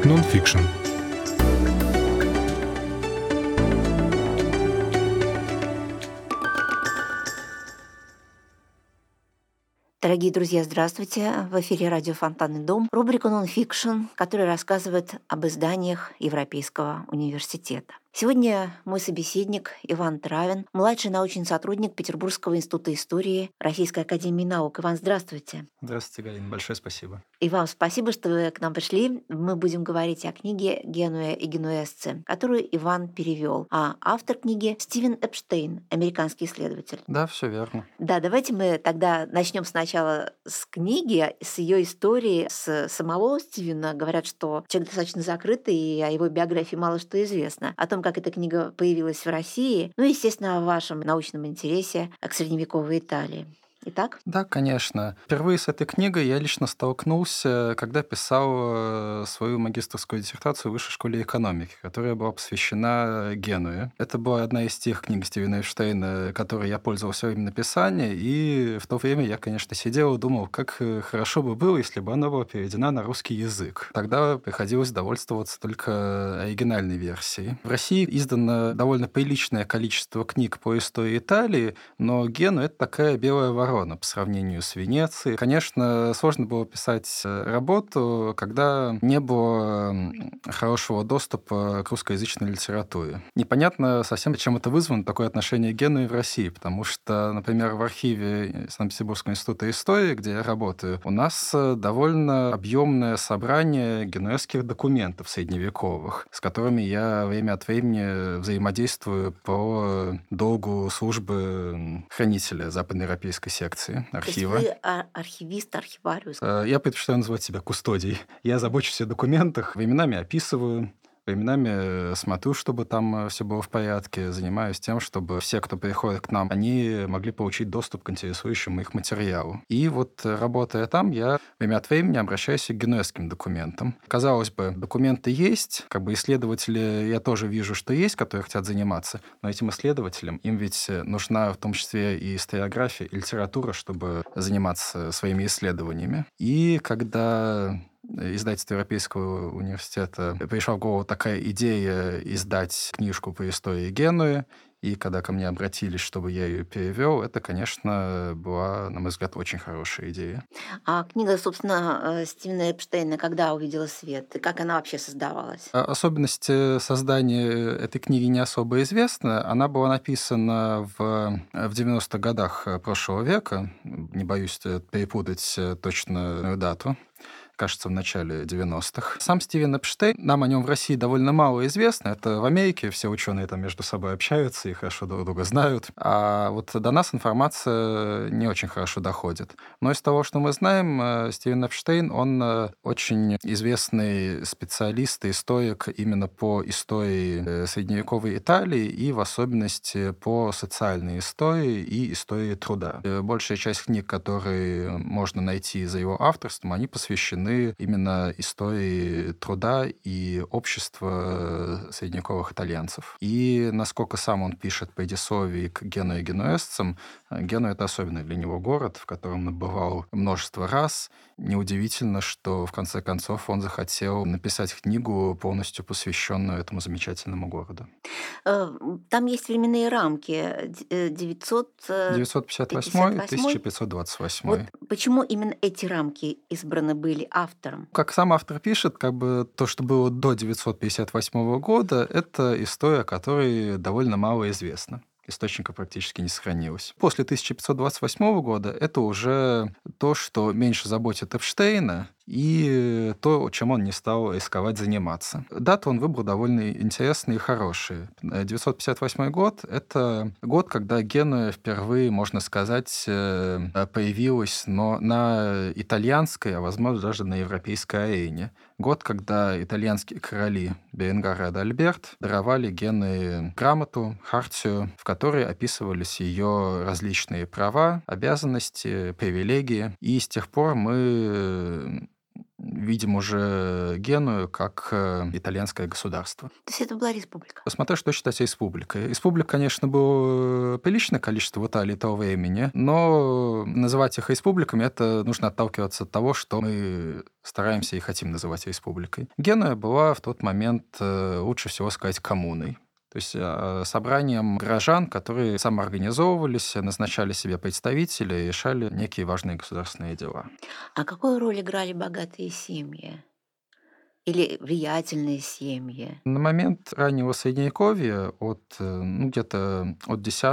Нонфикшн. Дорогие друзья, здравствуйте! В эфире радио «Фонтанный дом», рубрика «Нонфикшн», которая рассказывает об изданиях Европейского университета. Сегодня мой собеседник Иван Травин, младший научный сотрудник Петербургского института истории Российской академии наук. Иван, здравствуйте! Здравствуйте, Галина. Большое спасибо. И вам спасибо, что вы к нам пришли. Мы будем говорить о книге «Генуя и генуэзцы», которую Иван перевел. А автор книги Стивен Эпштейн, американский исследователь. Да, все верно. Да, давайте мы тогда начнем сначала с книги, с ее истории, с самого Стивена. Говорят, что человек достаточно закрытый, и о его биографии мало что известно. О том, как эта книга появилась в России, ну и, естественно, о вашем научном интересе к средневековой Италии. Итак? Да, конечно. Впервые с этой книгой я лично столкнулся, когда писал свою магистерскую диссертацию в Высшей школе экономики, которая была посвящена Генуе. Это была одна из тех книг Стивена Эпштейна, которой я пользовался во время написания, и в то время я, конечно, сидел и думал, как хорошо бы было, если бы она была переведена на русский язык. Тогда приходилось довольствоваться только оригинальной версией. В России издано довольно приличное количество книг по истории Италии, но Генуя — это такая белая ворона по сравнению с Венецией. Конечно, сложно было писать работу, когда не было хорошего доступа к русскоязычной литературе. Непонятно совсем, чем это вызвано, такое отношение к Генуе в России, потому что, например, в архиве Санкт-Петербургского института истории, где я работаю, у нас довольно объемное собрание генуэзских документов средневековых, с которыми я время от времени взаимодействую по долгу службы хранителя западноевропейской секции архива. То есть вы архивист, архивариус? Я предпочитаю называть себя кустодией. Я забочусь о документах, временами описываю, временами смотрю, чтобы там все было в порядке, занимаюсь тем, чтобы все, кто приходит к нам, они могли получить доступ к интересующему их материалу. И вот, работая там, я время от времени обращаюсь к генуэзским документам. Казалось бы, документы есть, как бы исследователи, я тоже вижу, что есть, которые хотят заниматься, но этим исследователям, им ведь нужна в том числе и историография, и литература, чтобы заниматься своими исследованиями. И когда издательство Европейского университета пришла в голову такая идея издать книжку по истории Генуи, и когда ко мне обратились, чтобы я ее перевел, это, конечно, была, на мой взгляд, очень хорошая идея. А книга, собственно, Стивена Эпштейна когда увидела свет? И как она вообще создавалась? Особенности создания этой книги не особо известны. Она была написана в 90-х годах прошлого века. Не боюсь перепутать точную дату. Кажется, в начале 90-х. Сам Стивен Эпштейн, нам о нем в России довольно мало известно. Это в Америке все ученые там между собой общаются и хорошо друг друга знают. А вот до нас информация не очень хорошо доходит. Но из того, что мы знаем, Стивен Эпштейн, он очень известный специалист и историк именно по истории средневековой Италии и в особенности по социальной истории и истории труда. Большая часть книг, которые можно найти за его авторством, они посвящены именно истории труда и общества средневековых итальянцев. И насколько сам он пишет предисловие к Генуе и генуэзцам, Генуя — это особенный для него город, в котором он бывал множество раз. Неудивительно, что в конце концов он захотел написать книгу, полностью посвященную этому замечательному городу. Там есть временные рамки. 958-1528. Вот почему именно эти рамки избраны были автором? Как сам автор пишет, как бы то, что было до 958 года, это история, о которой довольно мало известно. Источника практически не сохранилось. После 1528 года это уже то, что меньше заботит Эпштейна, и то, чем он не стал рисковать заниматься. Дату он выбрал довольно интересные и хорошие. 958 год — это год, когда Генуя впервые, можно сказать, появилась на итальянской, а возможно даже на европейской арене. Год, когда итальянские короли Беренгар и Адальберт даровали Генуе грамоту, хартию, в которой описывались ее различные права, обязанности, привилегии. И с тех пор мы видим уже Геную как итальянское государство. То есть это была республика? Посмотря, что считать республикой. Республик, конечно, было приличное количество в Италии того времени, но называть их республиками, это нужно отталкиваться от того, что мы стараемся и хотим называть республикой. Генуя была в тот момент, лучше всего сказать, коммуной. То есть собранием горожан, которые самоорганизовывались, назначали себе представителей и решали некие важные государственные дела. А какую роль играли богатые семьи? Или влиятельные семьи? На момент раннего Средневековья, где-то от X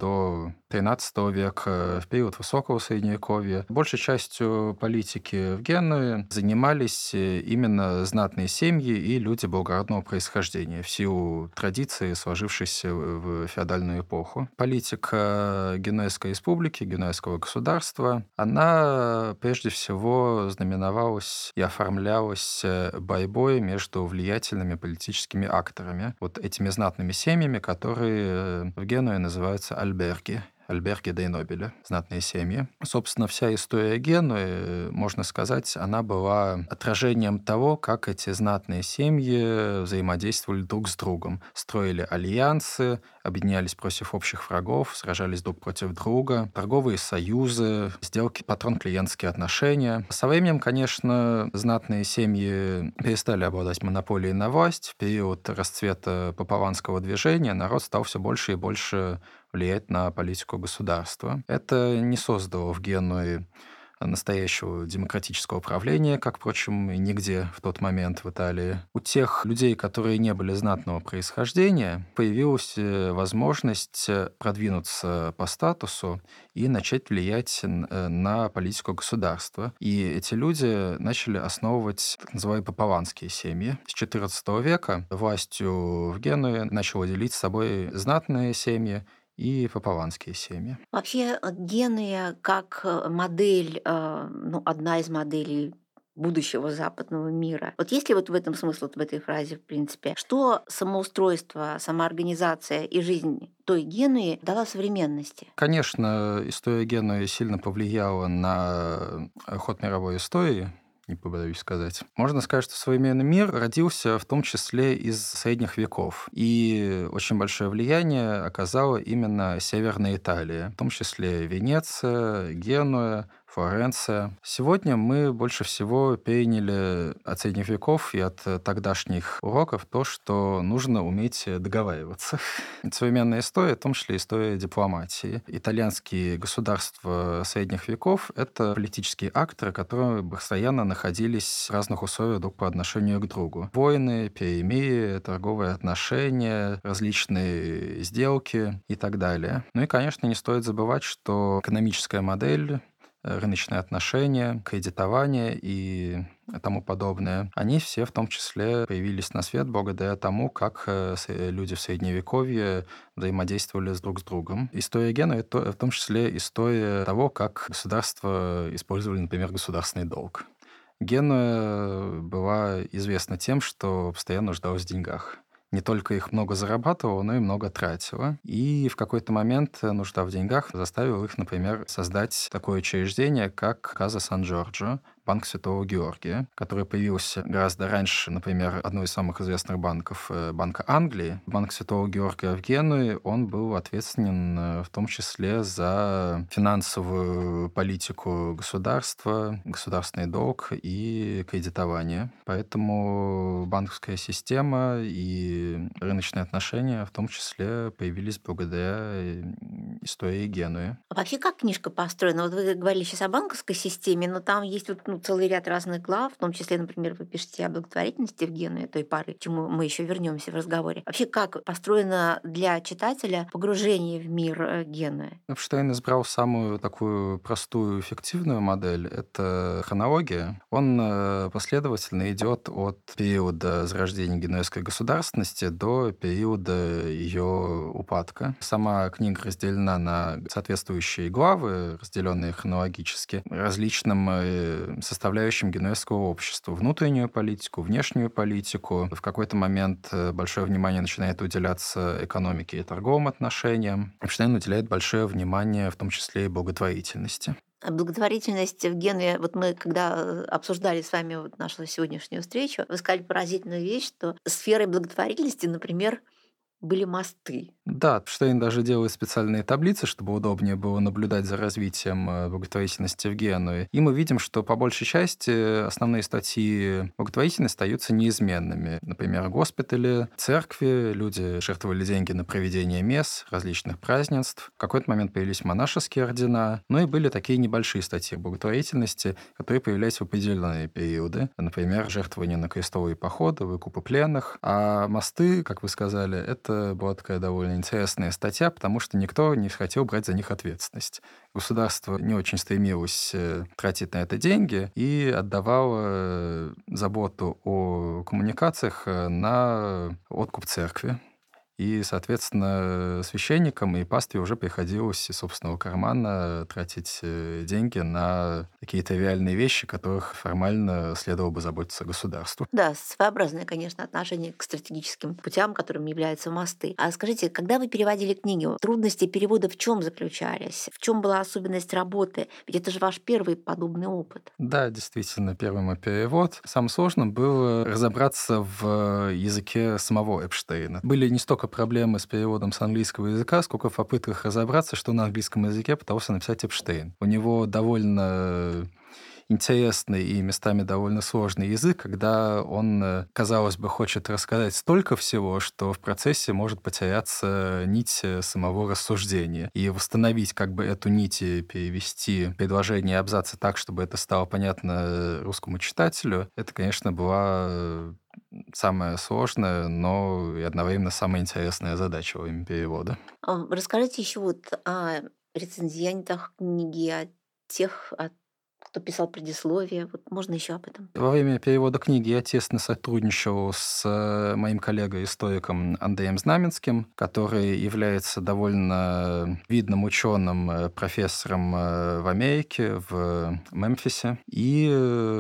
до XIII века, в период Высокого Средневековья, большей частью политики в Генуе занимались именно знатные семьи и люди благородного происхождения в силу традиции, сложившейся в феодальную эпоху. Политика Генуэзской республики, Генуэзского государства, она прежде всего знаменовалась и оформлялась борьбой между влиятельными политическими акторами, вот этими знатными семьями, которые в Генуе называются альберги. Альберги дей нобеле, знатные семьи. Собственно, вся история Генуи, можно сказать, она была отражением того, как эти знатные семьи взаимодействовали друг с другом, строили альянсы, объединялись против общих врагов, сражались друг против друга, торговые союзы, сделки, патрон-клиентские отношения. Со временем, конечно, знатные семьи перестали обладать монополией на власть. В период расцвета папуанского движения народ стал все больше и больше влиять на политику государства. Это не создало в Генуе настоящего демократического управления, как, впрочем, и нигде в тот момент в Италии. У тех людей, которые не были знатного происхождения, появилась возможность продвинуться по статусу и начать влиять на политику государства. И эти люди начали основывать так называемые папуанские семьи. С XIV века властью в Генуе начало делить с собой знатные семьи и папуанские семьи. Вообще, Генуя как модель, одна из моделей будущего западного мира. Вот есть ли вот в этом смысл, вот в этой фразе, в принципе, что самоустройство, самоорганизация и жизнь той Генуи дала современности? Конечно, история Генуи сильно повлияла на ход мировой истории, не побоюсь сказать. Можно сказать, что современный мир родился в том числе из средних веков. И очень большое влияние оказала именно Северная Италия, в том числе Венеция, Генуя, Флоренция. Сегодня мы больше всего переняли от средних веков и от тогдашних уроков то, что нужно уметь договариваться. Современная история, в том числе история дипломатии. Итальянские государства средних веков — это политические акторы, которые постоянно находились в разных условиях друг по отношению к другу. Войны, перемирия, торговые отношения, различные сделки и так далее. Ну и, конечно, не стоит забывать, что экономическая модель, рыночные отношения, кредитование и тому подобное, они все в том числе появились на свет благодаря тому, как люди в Средневековье взаимодействовали друг с другом. История Генуи — это в том числе история того, как государства использовали, например, государственный долг. Генуя была известна тем, что постоянно нуждалась в деньгах. Не только их много зарабатывала, но и много тратила. И в какой-то момент нужда в деньгах заставила их, например, создать такое учреждение, как Каза Сан-Джорджо, Банк Святого Георгия, который появился гораздо раньше, например, одного из самых известных банков, Банка Англии. Банк Святого Георгия в Генуе, он был ответственен в том числе за финансовую политику государства, государственный долг и кредитование. Поэтому банковская система и рыночные отношения в том числе появились благодаря истории Генуи. А вообще как книжка построена? Вот вы говорили сейчас о банковской системе, но там есть целый ряд разных глав, в том числе, например, вы пишете о благотворительности в Генуе той поры, к чему мы еще вернемся в разговоре. Вообще, как построено для читателя погружение в мир Генуи? Эпштейн избрал самую такую простую, эффективную модель. Это хронология. Он последовательно идет от периода зарождения генуэзской государственности до периода ее упадка. Сама книга разделена на соответствующие главы, разделенные хронологически, различным составляющим генуэзского общества. Внутреннюю политику, внешнюю политику. В какой-то момент большое внимание начинает уделяться экономике и торговым отношениям. Эпштейн уделяет большое внимание в том числе и благотворительности. Благотворительность в Генуе, вот мы когда обсуждали с вами вот нашу сегодняшнюю встречу, вы сказали поразительную вещь, что сферой благотворительности, например, были мосты. Да, Эпштейн даже делает специальные таблицы, чтобы удобнее было наблюдать за развитием благотворительности в Генуе. И мы видим, что по большей части основные статьи благотворительности остаются неизменными. Например, госпитали, церкви, люди жертвовали деньги на проведение мес, различных празднеств. В какой-то момент появились монашеские ордена. Ну и были такие небольшие статьи благотворительности, которые появлялись в определенные периоды. Например, жертвование на крестовые походы, выкупы пленных. А мосты, как вы сказали, это была такая довольно интересная статья, потому что никто не хотел брать за них ответственность. Государство не очень стремилось тратить на это деньги и отдавало заботу о коммуникациях на откуп церкви. И, соответственно, священникам и пастве уже приходилось из собственного кармана тратить деньги на какие-то реальные вещи, которых формально следовало бы заботиться государству. Да, своеобразное, конечно, отношение к стратегическим путям, которыми являются мосты. А скажите, когда вы переводили книги, трудности перевода в чем заключались? В чем была особенность работы? Ведь это же ваш первый подобный опыт. Да, действительно, первый мой перевод. Самым сложным было разобраться в языке самого Эпштейна. Были не столько проблемы с переводом с английского языка, сколько в попытках разобраться, что на английском языке пытался написать Эпштейн. У него довольно интересный и местами довольно сложный язык, когда он, казалось бы, хочет рассказать столько всего, что в процессе может потеряться нить самого рассуждения. И восстановить как бы эту нить и перевести предложение и абзацы так, чтобы это стало понятно русскому читателю, это, конечно, была самая сложная, но и одновременно самая интересная задача во время перевода. Расскажите еще вот о рецензентах книги, о тех, кто писал предисловие. Вот можно еще об этом? Во время перевода книги я тесно сотрудничал с моим коллегой-историком Андреем Знаменским, который является довольно видным ученым, профессором в Америке, в Мемфисе. И,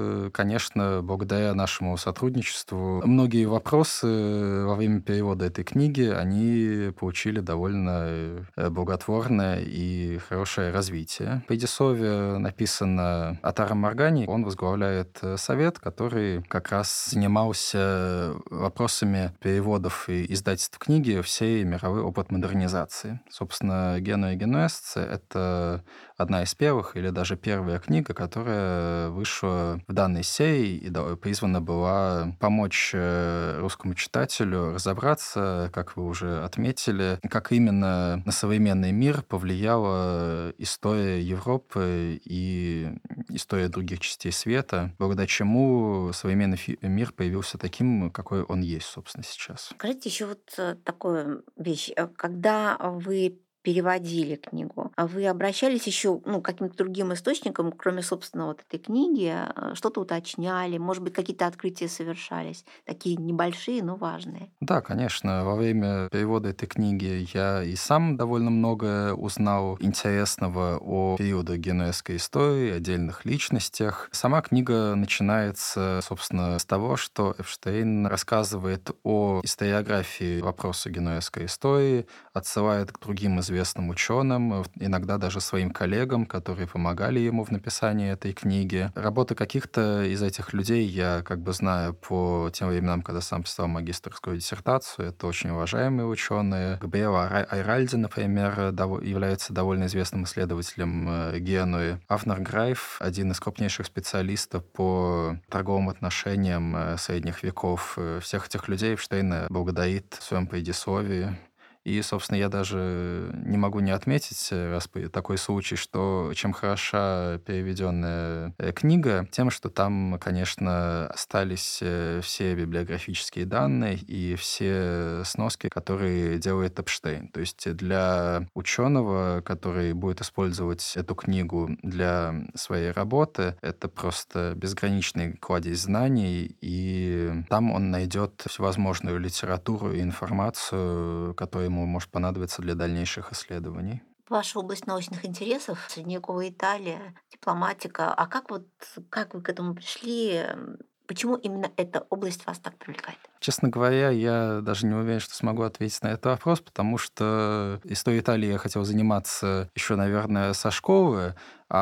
конечно, благодаря нашему сотрудничеству многие вопросы во время перевода этой книги, они получили довольно благотворное и хорошее развитие. Предисловие написано Атаром Моргани. Он возглавляет совет, который как раз занимался вопросами переводов и издательств книги всей мировой опыт модернизации. Собственно, «Генуя генуэзцы» — это одна из первых или даже первая книга, которая вышла в данной серии и призвана была помочь русскому читателю разобраться, как вы уже отметили, как именно на современный мир повлияла история Европы и история других частей света, благодаря чему современный мир появился таким, какой он есть, собственно, сейчас. Скажите еще вот такую вещь. Когда вы переводили книгу, а вы обращались еще к каким-то другим источникам, кроме, собственно, вот этой книги, что-то уточняли, может быть, какие-то открытия совершались, такие небольшие, но важные? Да, конечно. Во время перевода этой книги я и сам довольно много узнал интересного о периоде генуэзской истории, отдельных личностях. Сама книга начинается, собственно, с того, что Эпштейн рассказывает о историографии вопроса генуэзской истории, отсылает к другим известным ученым, иногда даже своим коллегам, которые помогали ему в написании этой книги. Работы каких-то из этих людей я как бы знаю по тем временам, когда сам писал магистерскую диссертацию. Это очень уважаемые ученые. Габриэла Айральди, например, является довольно известным исследователем Генуи. Авнер Грайф, один из крупнейших специалистов по торговым отношениям средних веков. Всех этих людей Эпштейн благодарит в своем предисловии. И, собственно, я даже не могу не отметить, раз такой случай, что чем хороша переведенная книга, тем, что там, конечно, остались все библиографические данные и все сноски, которые делает Эпштейн. То есть для ученого, который будет использовать эту книгу для своей работы, это просто безграничный кладезь знаний, и там он найдет всевозможную литературу и информацию, которая ему может понадобиться для дальнейших исследований. Ваша область научных интересов — средневековая Италия, дипломатика. А как вы к этому пришли? Почему именно эта область вас так привлекает? Честно говоря, я даже не уверен, что смогу ответить на этот вопрос, потому что историей Италии я хотел заниматься еще, наверное, со школы,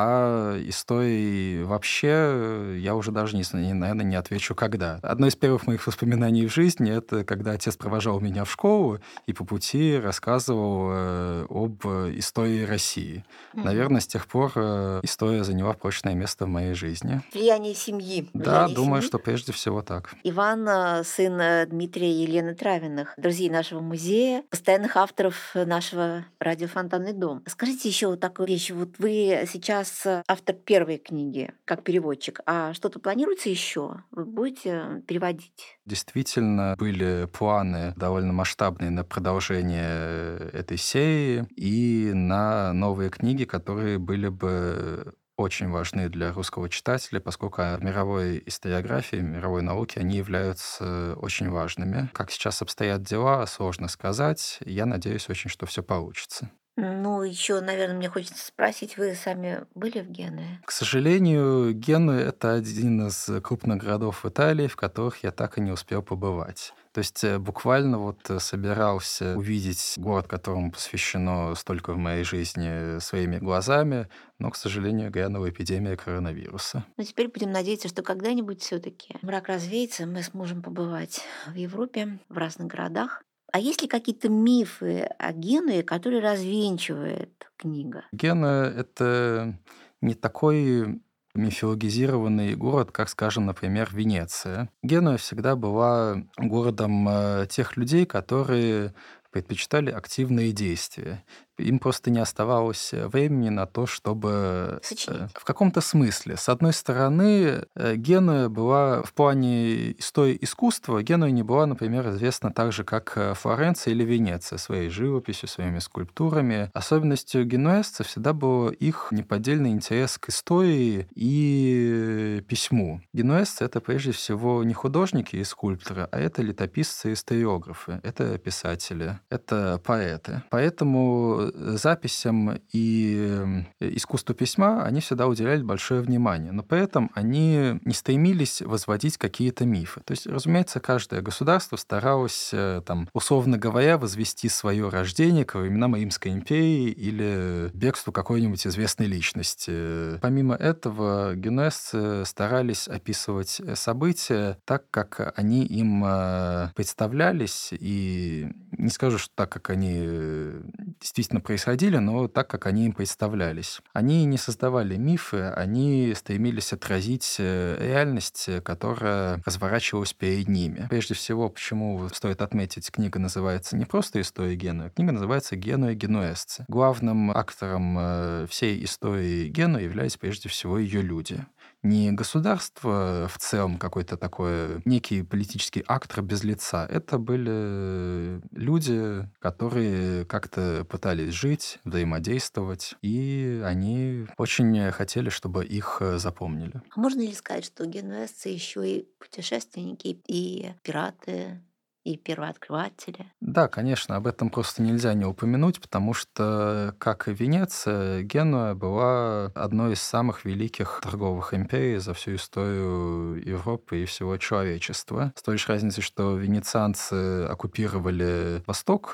а историей вообще я уже даже, наверное, не отвечу, когда. Одно из первых моих воспоминаний в жизни — это когда отец провожал меня в школу и по пути рассказывал об истории России. Мгм. Наверное, с тех пор история заняла прочное место в моей жизни. Влияние семьи. Да, Влияние думаю, семьи. что прежде всего так. Иван, сын Дмитрия и Елены Травиных, друзей нашего музея, постоянных авторов нашего радио «Фонтанный дом». Скажите еще вот такую вещь. Вот вы сейчас автор первой книги как переводчик, а что-то планируется еще? Вы будете переводить? Действительно, были планы довольно масштабные на продолжение этой серии и на новые книги, которые были бы очень важны для русского читателя, поскольку в мировой историографии, мировой науке они являются очень важными. Как сейчас обстоят дела, сложно сказать. Я надеюсь очень, что все получится. Ну, еще, наверное, мне хочется спросить, вы сами были в Генуе? К сожалению, Генуя — это один из крупных городов в Италии, в которых я так и не успел побывать. То есть буквально собирался увидеть город, которому посвящено столько в моей жизни, своими глазами, но, к сожалению, грянула эпидемия коронавируса. Но теперь будем надеяться, что когда-нибудь все-таки мрак развеется, мы сможем побывать в Европе, в разных городах. А есть ли какие-то мифы о Генуе, которые развенчивает книга? Генуя — это не такой мифологизированный город, как, скажем, например, Венеция. Генуя всегда была городом тех людей, которые предпочитали активные действия. Им просто не оставалось времени на то, чтобы Сочинить. в каком-то смысле. С одной стороны, Генуя была в плане истории искусства, Генуя не была, например, известна так же, как Флоренция или Венеция, своей живописью, своими скульптурами. Особенностью генуэзцев всегда был их неподдельный интерес к истории и письму. Генуэзцы — это прежде всего не художники и скульпторы, а это летописцы и историографы, это писатели, это поэты. Поэтому записям и искусству письма они всегда уделяли большое внимание, но при этом они не стремились возводить какие-то мифы. То есть, разумеется, каждое государство старалось, условно говоря, возвести свое рождение к временам Римской империи или бегству какой-нибудь известной личности. Помимо этого, генуэзцы старались описывать события так, как они им представлялись, и не скажу, что так, как они действительно происходили, но так, как они им представлялись. Они не создавали мифы, они стремились отразить реальность, которая разворачивалась перед ними. Прежде всего, почему стоит отметить, книга называется не просто «История Генуи», книга называется «Генуя. Генуэзцы». Главным актором всей истории Генуи являются прежде всего ее люди. Не государство в целом какой-то такой некий политический актор без лица. Это были люди, которые как-то пытались жить, взаимодействовать, и они очень хотели, чтобы их запомнили. А можно ли сказать, что генуэзцы еще и путешественники, и пираты, и первооткрыватели? Да, конечно, об этом просто нельзя не упомянуть, потому что, как и Венеция, Генуя была одной из самых великих торговых империй за всю историю Европы и всего человечества. С той лишь разницей, что венецианцы оккупировали восток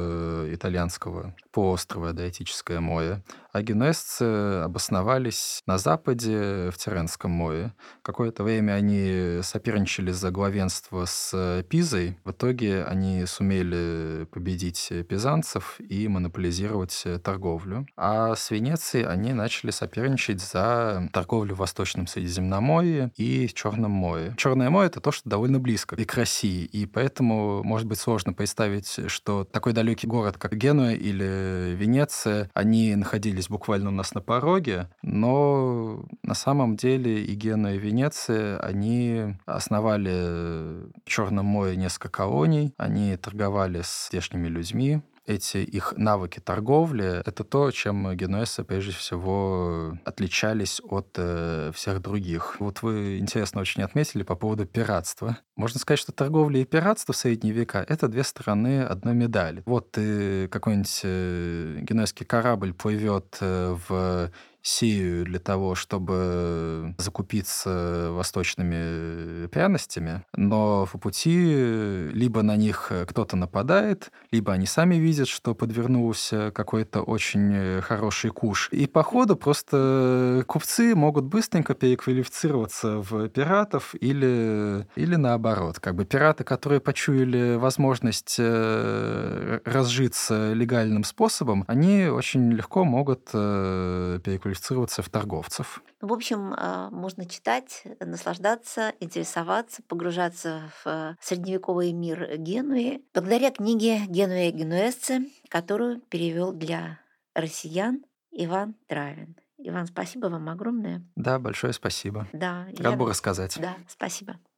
итальянского полуострова, Адриатическое море, а генуэзцы обосновались на западе, в Тиренском море. Какое-то время они соперничали за главенство с Пизой. В итоге они сумели победить пизанцев и монополизировать торговлю. А с Венецией они начали соперничать за торговлю в Восточном Средиземноморье и в Черном море. Черное море — это то, что довольно близко и к России, и поэтому, может быть, сложно представить, что такой далекий город, как Генуя или Венеция, они находились буквально у нас на пороге, но на самом деле и Генуя, и Венеция, они основали в Черном море несколько колоний, они торговали с здешними людьми. Эти их навыки торговли — это то, чем генуэзцы прежде всего отличались от всех других. Вот вы интересно очень отметили по поводу пиратства. Можно сказать, что торговля и пиратство в средние века — это две стороны одной медали. Вот какой-нибудь генуэзский корабль плывет в Сирию для того, чтобы закупиться восточными пряностями, но по пути либо на них кто-то нападает, либо они сами видят, что подвернулся какой-то очень хороший куш. И по ходу просто купцы могут быстренько переквалифицироваться в пиратов или наоборот. Как бы пираты, которые почуяли возможность разжиться легальным способом, они очень легко могут переквалифицироваться в торговцев. В общем, можно читать, наслаждаться, интересоваться, погружаться в средневековый мир Генуи благодаря книге «Генуя и генуэзцы», которую перевел для россиян Иван Травин. Иван, спасибо вам огромное. Да, большое спасибо. Да, Рад был рассказать. Да, спасибо.